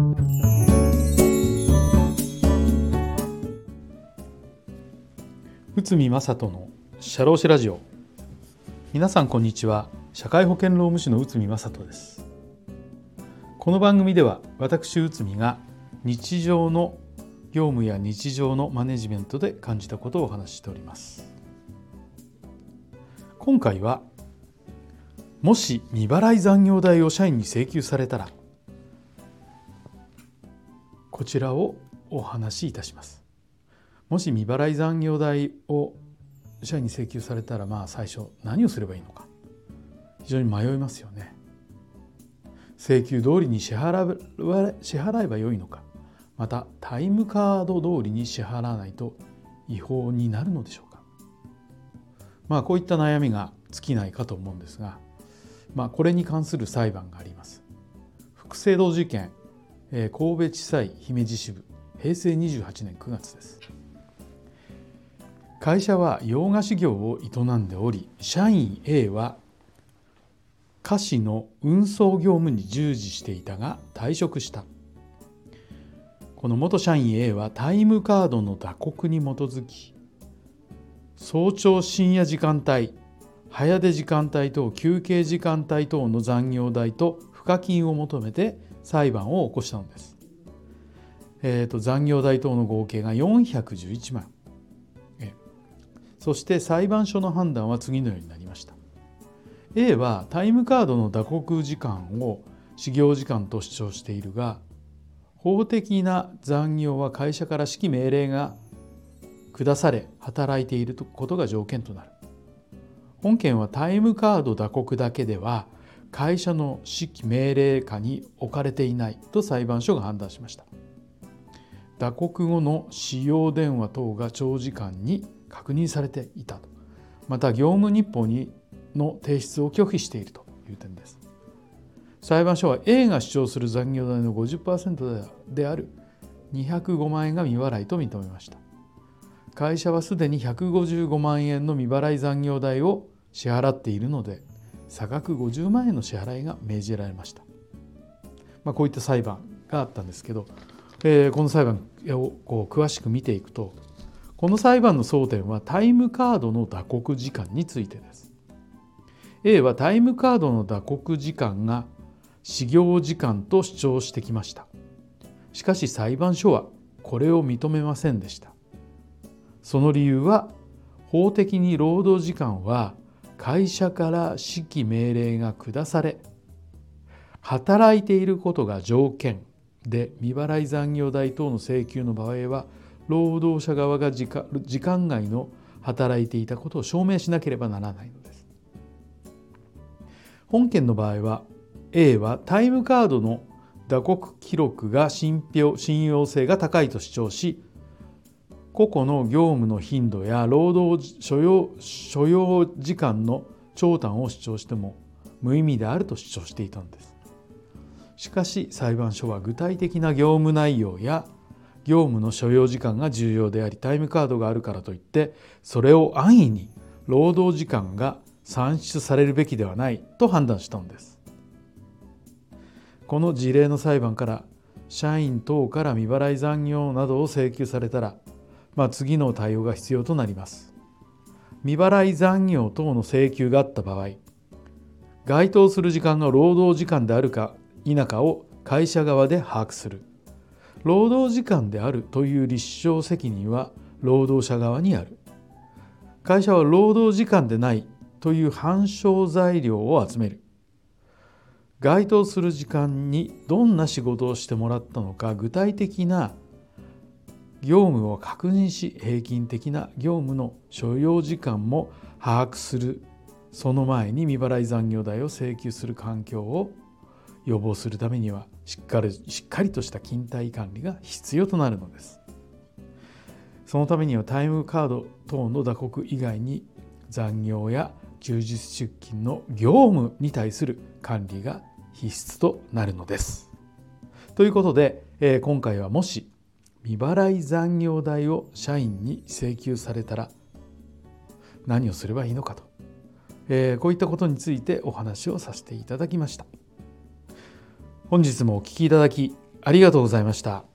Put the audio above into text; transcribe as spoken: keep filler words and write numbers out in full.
内海正人の社労士ラジオ。皆さんこんにちは。社会保険労務士の内海正人です。この番組では私内海が日常の業務や日常のマネジメントで感じたことをお話ししております。今回は、もし未払い残業代を社員に請求されたら、こちらをお話しいたします。もし未払い残業代を社員に請求されたら、まあ最初何をすればいいのか、非常に迷いますよね。請求通りに支払支払えばよいのか、またタイムカード通りに支払わないと違法になるのでしょうか。まあこういった悩みが尽きないかと思うんですが、まあこれに関する裁判があります。福制度事件、神戸地裁姫路支部、へいせいにじゅうはちねんくがつです。会社は洋菓子業を営んでおり、社員 A は菓子の運送業務に従事していたが退職した。この元社員 A はタイムカードの打刻に基づき、早朝深夜時間帯、早出時間帯等休憩時間帯等の残業代と賦課金を求めて裁判を起こしたのです。えーと、残業代等の合計がよんひゃくじゅういちまん。そして裁判所の判断は次のようになりました。A はタイムカードの打刻時間を始業時間と主張しているが、法的な残業は会社から指揮命令が下され働いていることが条件となる。本件はタイムカード打刻だけでは会社の指揮命令下に置かれていないと裁判所が判断しました。打刻後の使用電話等が長時間に確認されていたと。また業務日報にの提出を拒否しているという点です。裁判所は A が主張する残業代の ごじゅっパーセント であるにひゃくごまんえんが未払いと認めました。会社はすでにひゃくごじゅうごまんえんの未払い残業代を支払っているので、差額ごじゅうまんえんの支払いが命じられました。まあ、こういった裁判があったんですけど、えー、この裁判をこう詳しく見ていくと、この裁判の争点はタイムカードの打刻時間についてです。A はタイムカードの打刻時間が始業時間と主張してきました。しかし裁判所はこれを認めませんでした。その理由は、法的に労働時間は会社から指揮命令が下され、働いていることが条件で、未払い残業代等の請求の場合は、労働者側が時間、時間外の働いていたことを証明しなければならないのです。本件の場合は A はタイムカードの打刻記録が信憑信用性が高いと主張し、個々の業務の頻度や労働所要、所要時間の長短を主張しても無意味であると主張していたのです。しかし裁判所は具体的な業務内容や業務の所要時間が重要であり、タイムカードがあるからといってそれを安易に労働時間が算出されるべきではないと判断したのです。この事例の裁判から、社員等から未払い残業などを請求されたら、まあ、次の対応が必要となります。未払い残業等の請求があった場合、該当する時間が労働時間であるか否かを会社側で把握する。労働時間であるという立証責任は労働者側にある。会社は労働時間でないという反証材料を集める。該当する時間にどんな仕事をしてもらったのか、具体的な業務を確認し、平均的な業務の所要時間も把握する。その前に未払い残業代を請求する環境を予防するためには、しっかり、しっかりとした勤怠管理が必要となるのです。そのためにはタイムカード等の打刻以外に、残業や休日出勤の業務に対する管理が必須となるのです。ということで、えー、今回はもし未払い残業代を社員に請求されたら何をすればいいのかと、えー、こういったことについてお話をさせていただきました。本日もお聞きいただきありがとうございました。